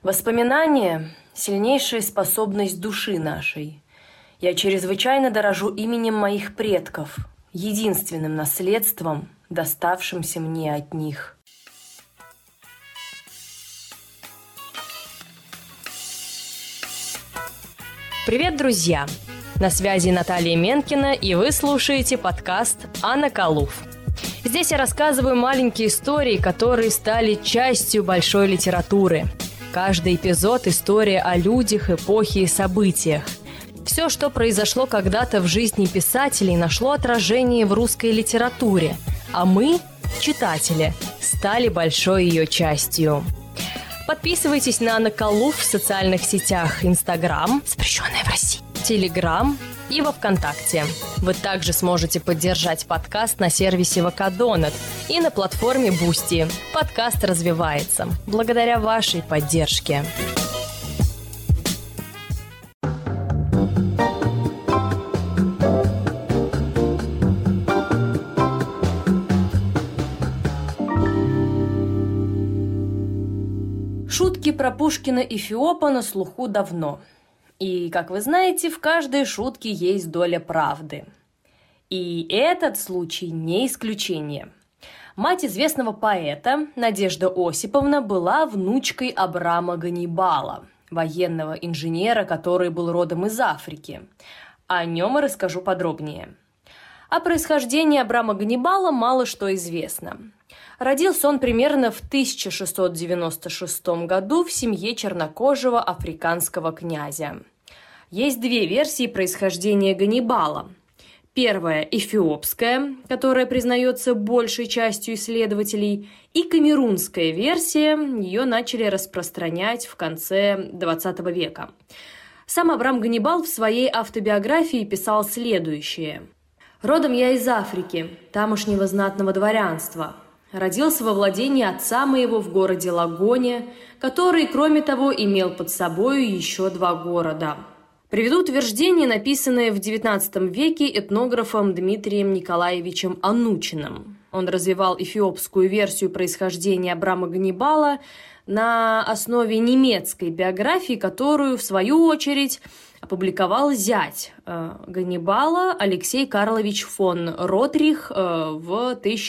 Воспоминания – сильнейшая способность души нашей. Я чрезвычайно дорожу именем моих предков, единственным наследством, доставшимся мне от них. Привет, друзья! На связи Наталья Менкина, и вы слушаете подкаст «Анна Калуф». Здесь я рассказываю маленькие истории, которые стали частью большой литературы. Каждый эпизод – история о людях, эпохе и событиях. Все, что произошло когда-то в жизни писателей, нашло отражение в русской литературе, а мы, читатели, стали большой ее частью. Подписывайтесь на Анна Калуф в социальных сетях Instagram, запрещенная в России, Telegram и во ВКонтакте. Вы также сможете поддержать подкаст на сервисе Вакадонат и на платформе Boosty. Подкаст развивается благодаря вашей поддержке. Шутки про Пушкина и Феопа на слуху давно. И, как вы знаете, в каждой шутке есть доля правды. И этот случай не исключение. Мать известного поэта Надежда Осиповна была внучкой Абрама Ганнибала, военного инженера, который был родом из Африки. О нем и расскажу подробнее. О происхождении Абрама Ганнибала мало что известно. Родился он примерно в 1696 году в семье чернокожего африканского князя. Есть две версии происхождения Ганнибала. Первая – эфиопская, которая признается большей частью исследователей, и камерунская версия, ее начали распространять в конце XX века. Сам Абрам Ганнибал в своей автобиографии писал следующее. «Родом я из Африки, тамошнего знатного дворянства. Родился во владении отца моего в городе Лагоне, который, кроме того, имел под собою еще 2 города». Приведу утверждение, написанное в XIX веке этнографом Дмитрием Николаевичем Анучиным. Он развивал эфиопскую версию происхождения Абрама Ганнибала на основе немецкой биографии, которую, в свою очередь, опубликовал зять Ганнибала Алексей Карлович фон Ротрих в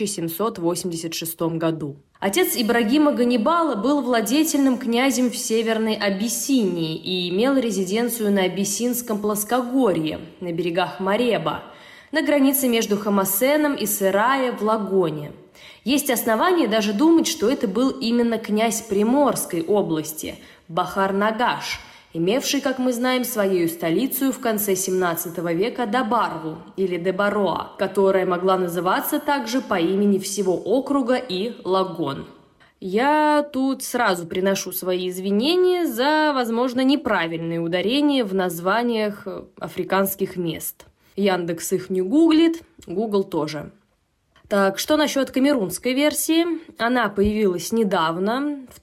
1786 году. Отец Ибрагима Ганнибала был владетельным князем в Северной Абиссинии и имел резиденцию на Абиссинском плоскогорье, на берегах Мареба, на границе между Хамасеном и Серая в Лагоне. Есть основания даже думать, что это был именно князь Приморской области, Бахар-Нагаш, имевший, как мы знаем, свою столицу в конце XVII века Дабарву или Дебароа, которая могла называться также по имени всего округа и Лагон. Я тут сразу приношу свои извинения за, возможно, неправильные ударения в названиях африканских мест. Яндекс их не гуглит, Google тоже. Так, что насчет камерунской версии? Она появилась недавно, в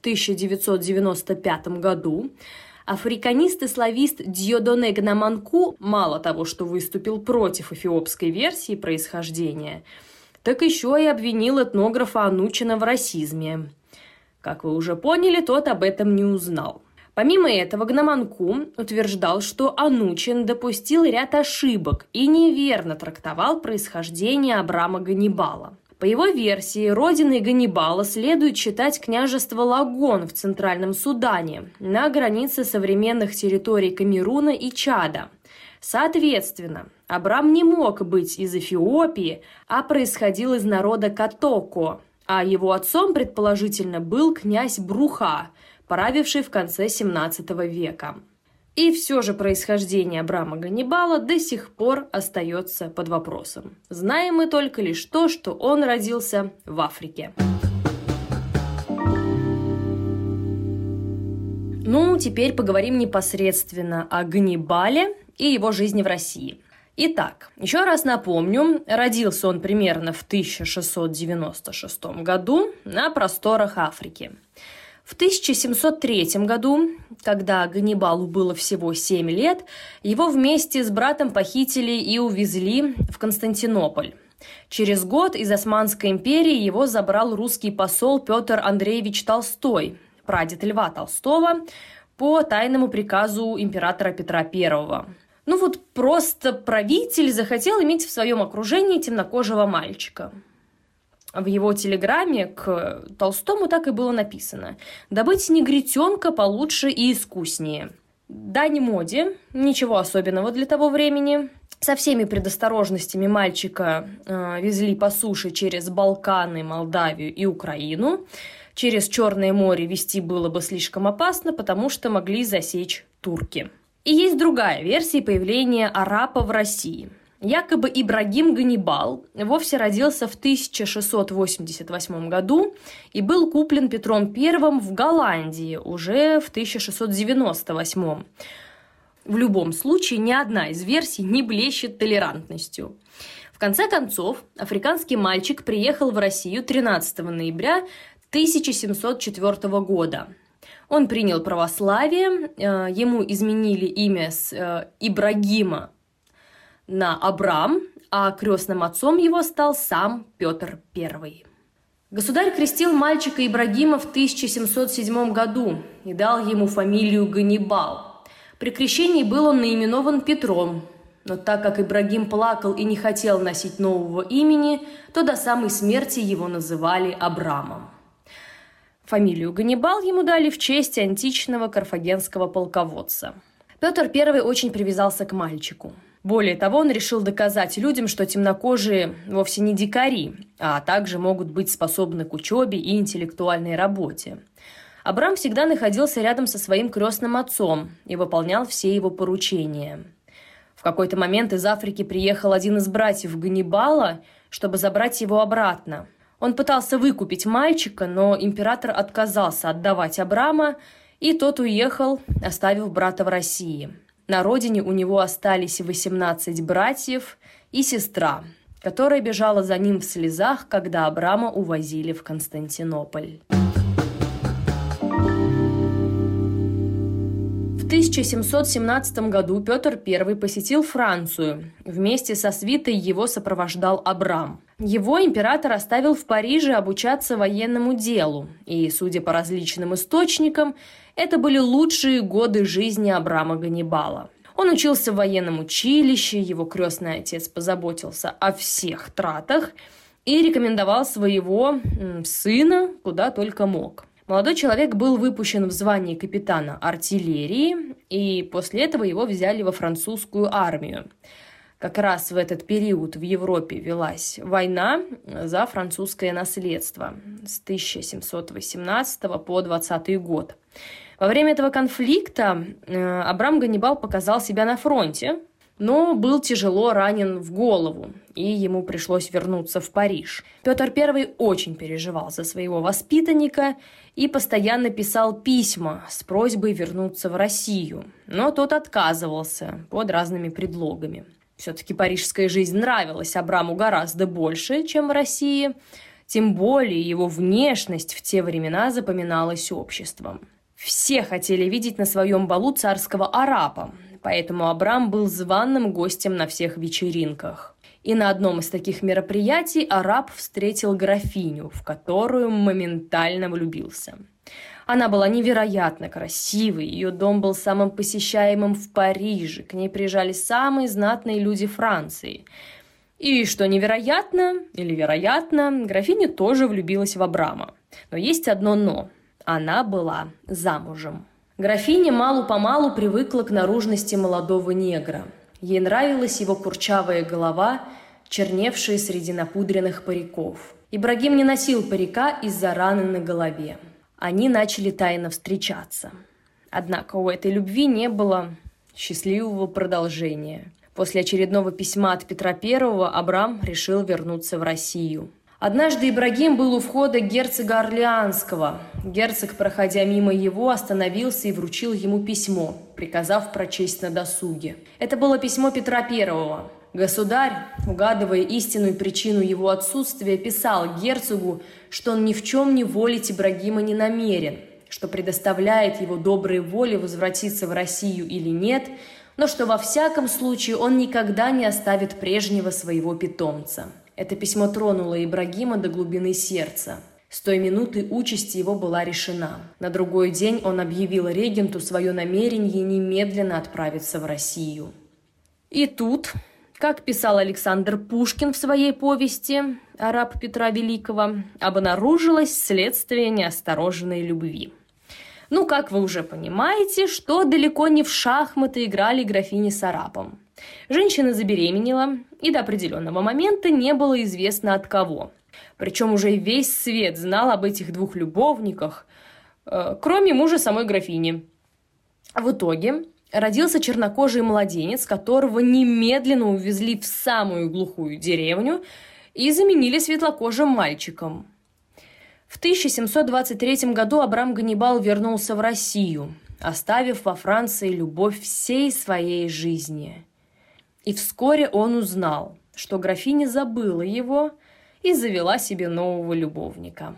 1995 году. Африканист и славист Дьодоне Гнаманку мало того, что выступил против эфиопской версии происхождения, так еще и обвинил этнографа Анучина в расизме. Как вы уже поняли, тот об этом не узнал. Помимо этого, Гнаманку утверждал, что Анучин допустил ряд ошибок и неверно трактовал происхождение Абрама Ганнибала. По его версии, родиной Ганнибала следует считать княжество Лагон в Центральном Судане, на границе современных территорий Камеруна и Чада. Соответственно, Абрам не мог быть из Эфиопии, а происходил из народа Катоко, а его отцом, предположительно, был князь Бруха, правивший в конце XVII века. И все же происхождение Абрама Ганнибала до сих пор остается под вопросом. Знаем мы только лишь то, что он родился в Африке. Ну, теперь поговорим непосредственно о Ганнибале и его жизни в России. Итак, еще раз напомню, родился он примерно в 1696 году на просторах Африки. В 1703 году, когда Ганнибалу было всего 7 лет, его вместе с братом похитили и увезли в Константинополь. Через год из Османской империи его забрал русский посол Петр Андреевич Толстой, прадед Льва Толстого, по тайному приказу императора Петра I. Просто правитель захотел иметь в своем окружении темнокожего мальчика. В его телеграмме к Толстому так и было написано: «Добыть негритенка получше и искуснее». Дань моде, ничего особенного для того времени. Со всеми предосторожностями мальчика везли по суше через Балканы, Молдавию и Украину. Через Черное море везти было бы слишком опасно, потому что могли засечь турки. И есть другая версия появления арапа в России. Якобы Ибрагим Ганнибал вовсе родился в 1688 году и был куплен Петром I в Голландии уже в 1698. В любом случае, ни одна из версий не блещет толерантностью. В конце концов, африканский мальчик приехал в Россию 13 ноября 1704 года. Он принял православие, ему изменили имя с Ибрагима на Абрам, а крестным отцом его стал сам Петр I. Государь крестил мальчика Ибрагима в 1707 году и дал ему фамилию Ганнибал. При крещении был он наименован Петром, но так как Ибрагим плакал и не хотел носить нового имени, то до самой смерти его называли Абрамом. Фамилию Ганнибал ему дали в честь античного карфагенского полководца. Петр I очень привязался к мальчику. Более того, он решил доказать людям, что темнокожие вовсе не дикари, а также могут быть способны к учебе и интеллектуальной работе. Абрам всегда находился рядом со своим крестным отцом и выполнял все его поручения. В какой-то момент из Африки приехал один из братьев Ганнибала, чтобы забрать его обратно. Он пытался выкупить мальчика, но император отказался отдавать Абрама, и тот уехал, оставив брата в России. На родине у него остались 18 братьев и сестра, которая бежала за ним в слезах, когда Абрама увозили в Константинополь. В 1717 году Петр I посетил Францию. Вместе со свитой его сопровождал Абрам. Его император оставил в Париже обучаться военному делу, и, судя по различным источникам, это были лучшие годы жизни Абрама Ганнибала. Он учился в военном училище, его крестный отец позаботился о всех тратах и рекомендовал своего сына куда только мог. Молодой человек был выпущен в звании капитана артиллерии, и после этого его взяли во французскую армию. Как раз в этот период в Европе велась война за французское наследство с 1718 по 20 год. Во время этого конфликта Абрам Ганнибал показал себя на фронте, но был тяжело ранен в голову, и ему пришлось вернуться в Париж. Петр I очень переживал за своего воспитанника и постоянно писал письма с просьбой вернуться в Россию, но тот отказывался под разными предлогами. Все-таки парижская жизнь нравилась Абраму гораздо больше, чем в России, тем более его внешность в те времена запоминалась обществом. Все хотели видеть на своем балу царского арапа, поэтому Абрам был званым гостем на всех вечеринках. И на одном из таких мероприятий араб встретил графиню, в которую моментально влюбился. Она была невероятно красивой, ее дом был самым посещаемым в Париже, к ней приезжали самые знатные люди Франции. И, что невероятно или вероятно, графиня тоже влюбилась в Абрама. Но есть одно «но». Она была замужем. Графиня мало-помалу привыкла к наружности молодого негра. Ей нравилась его курчавая голова, черневшая среди напудренных париков. Ибрагим не носил парика из-за раны на голове. Они начали тайно встречаться. Однако у этой любви не было счастливого продолжения. После очередного письма от Петра I Абрам решил вернуться в Россию. Однажды Ибрагим был у входа герцога Орлеанского. Герцог, проходя мимо его, остановился и вручил ему письмо, приказав прочесть на досуге. Это было письмо Петра I. Государь, угадывая истинную причину его отсутствия, писал герцогу, что он ни в чем не волить Ибрагима не намерен, что предоставляет его доброй воле возвратиться в Россию или нет, но что во всяком случае он никогда не оставит прежнего своего питомца. Это письмо тронуло Ибрагима до глубины сердца. С той минуты участь его была решена. На другой день он объявил регенту свое намерение немедленно отправиться в Россию. И тут, как писал Александр Пушкин в своей повести «Араб Петра Великого», обнаружилось следствие неосторожной любви. Ну, как вы уже понимаете, что далеко не в шахматы играли графини с арабом. Женщина забеременела, и до определенного момента не было известно от кого. Причем уже весь свет знал об этих двух любовниках, кроме мужа самой графини. В итоге родился чернокожий младенец, которого немедленно увезли в самую глухую деревню и заменили светлокожим мальчиком. В 1723 году Абрам Ганнибал вернулся в Россию, оставив во Франции любовь всей своей жизни. И вскоре он узнал, что графиня забыла его и завела себе нового любовника.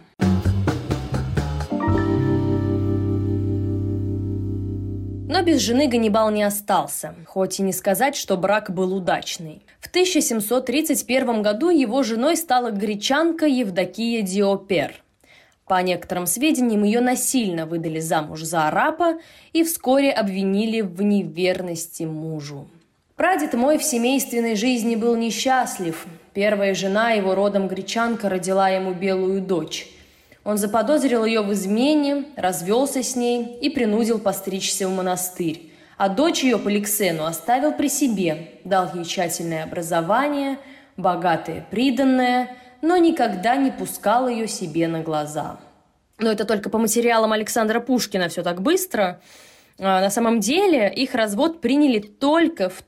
Но без жены Ганнибал не остался, хоть и не сказать, что брак был удачный. В 1731 году его женой стала гречанка Евдокия Диопер. По некоторым сведениям, ее насильно выдали замуж за араба и вскоре обвинили в неверности мужу. Прадед мой в семейственной жизни был несчастлив. Первая жена, его родом гречанка, родила ему белую дочь. Он заподозрил ее в измене, развелся с ней и принудил постричься в монастырь. А дочь ее Поликсену оставил при себе, дал ей тщательное образование, богатое приданное, но никогда не пускал ее себе на глаза. Но это только по материалам Александра Пушкина все так быстро. На самом деле их развод приняли только в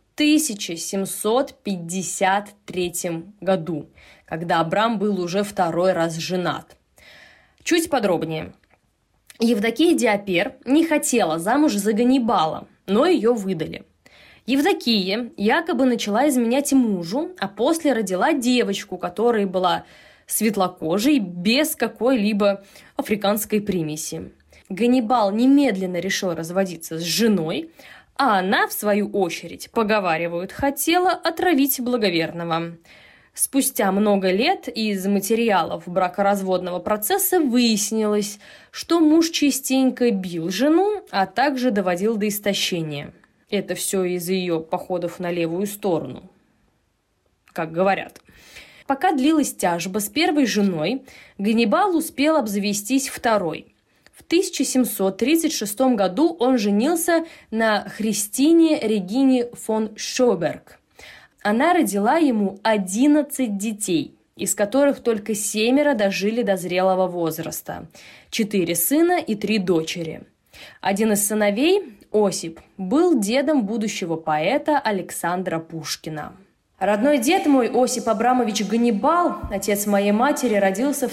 1753 году, когда Абрам был уже второй раз женат. Чуть подробнее. Евдокия Диопер не хотела замуж за Ганнибала, но ее выдали. Евдокия якобы начала изменять мужу, а после родила девочку, которая была светлокожей, без какой-либо африканской примеси. Ганнибал немедленно решил разводиться с женой, а она, в свою очередь, поговаривают, хотела отравить благоверного. Спустя много лет из материалов бракоразводного процесса выяснилось, что муж частенько бил жену, а также доводил до истощения. Это все из-за ее походов на левую сторону, как говорят. Пока длилась тяжба с первой женой, Ганнибал успел обзавестись второй. В 1736 году он женился на Христине Регине фон Шоберг. Она родила ему 11 детей, из которых только 7 дожили до зрелого возраста, 4 сына и 3 дочери. Один из сыновей, Осип, был дедом будущего поэта Александра Пушкина. Родной дед мой, Осип Абрамович Ганнибал, отец моей матери, родился в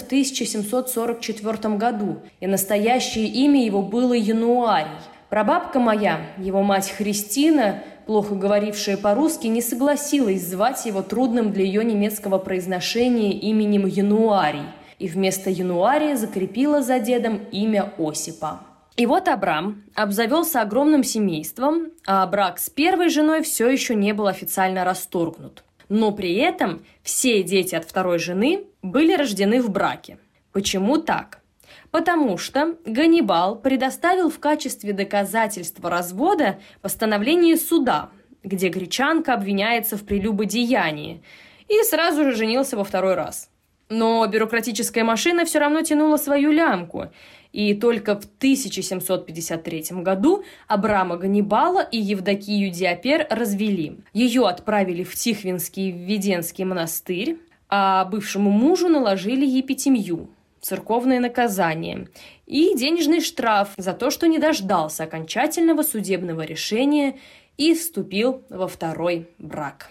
1744 году, и настоящее имя его было Януарий. Прабабка моя, его мать Христина, плохо говорившая по-русски, не согласилась звать его трудным для ее немецкого произношения именем Януарий, и вместо Януария закрепила за дедом имя Осипа. И вот Абрам обзавелся огромным семейством, а брак с первой женой все еще не был официально расторгнут. Но при этом все дети от второй жены были рождены в браке. Почему так? Потому что Ганнибал предоставил в качестве доказательства развода постановление суда, где гречанка обвиняется в прелюбодеянии, и сразу же женился во второй раз. Но бюрократическая машина все равно тянула свою лямку, и только в 1753 году Абрама Ганнибала и Евдокию Диопер развели. Ее отправили в Тихвинский Введенский монастырь, а бывшему мужу наложили епитемью, церковное наказание и денежный штраф за то, что не дождался окончательного судебного решения и вступил во второй брак.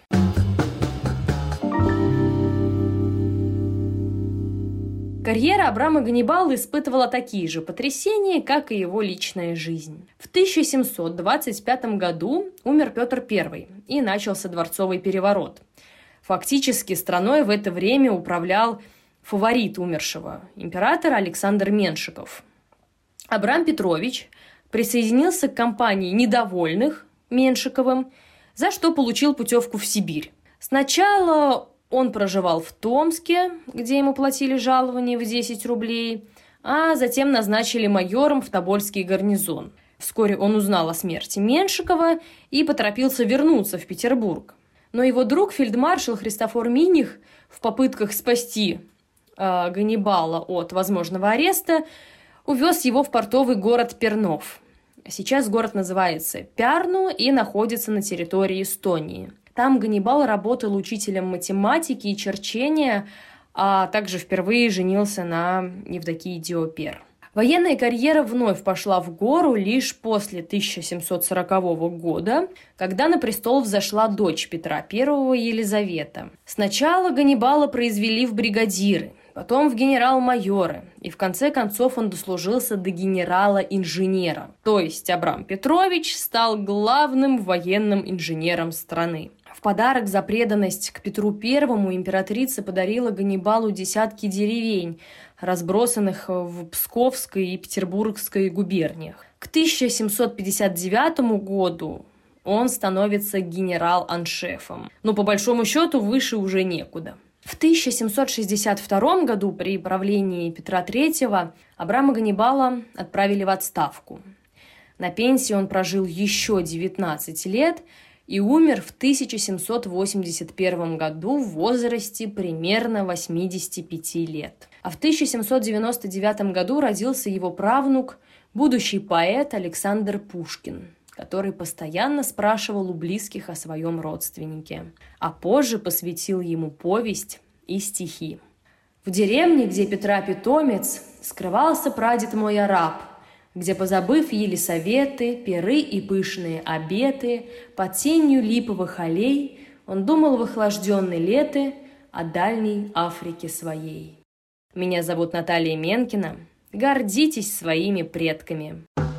Карьера Абрама Ганнибала испытывала такие же потрясения, как и его личная жизнь. В 1725 году умер Петр I, и начался дворцовый переворот. Фактически страной в это время управлял фаворит умершего, император Александр Меншиков. Абрам Петрович присоединился к компании недовольных Меншиковым, за что получил путевку в Сибирь. Сначала Он проживал в Томске, где ему платили жалование в 10 рублей, а затем назначили майором в Тобольский гарнизон. Вскоре он узнал о смерти Меншикова и поторопился вернуться в Петербург. Но его друг, фельдмаршал Христофор Миних, в попытках спасти Ганнибала от возможного ареста, увез его в портовый город Пернов. Сейчас город называется Пярну и находится на территории Эстонии. Там Ганнибал работал учителем математики и черчения, а также впервые женился на Евдокии Диопер. Военная карьера вновь пошла в гору лишь после 1740 года, когда на престол взошла дочь Петра I Елизавета. Сначала Ганнибала произвели в бригадиры, потом в генерал-майоры, и в конце концов он дослужился до генерала-инженера. То есть Абрам Петрович стал главным военным инженером страны. В подарок за преданность к Петру I императрица подарила Ганнибалу десятки деревень, разбросанных в Псковской и Петербургской губерниях. К 1759 году он становится генерал-аншефом. Но по большому счету выше уже некуда. В 1762 году при правлении Петра III Абрама Ганнибала отправили в отставку. На пенсии он прожил еще 19 лет и умер в 1781 году в возрасте примерно 85 лет. А в 1799 году родился его правнук, будущий поэт Александр Пушкин, который постоянно спрашивал у близких о своем родственнике, а позже посвятил ему повесть и стихи. В деревне, где Петра питомец, скрывался прадед мой араб, где, позабыв Елисаветы, пиры и пышные обеты, под тенью липовых аллей он думал в охлажденной леты о дальней Африке своей. Меня зовут Наталья Менкина. Гордитесь своими предками.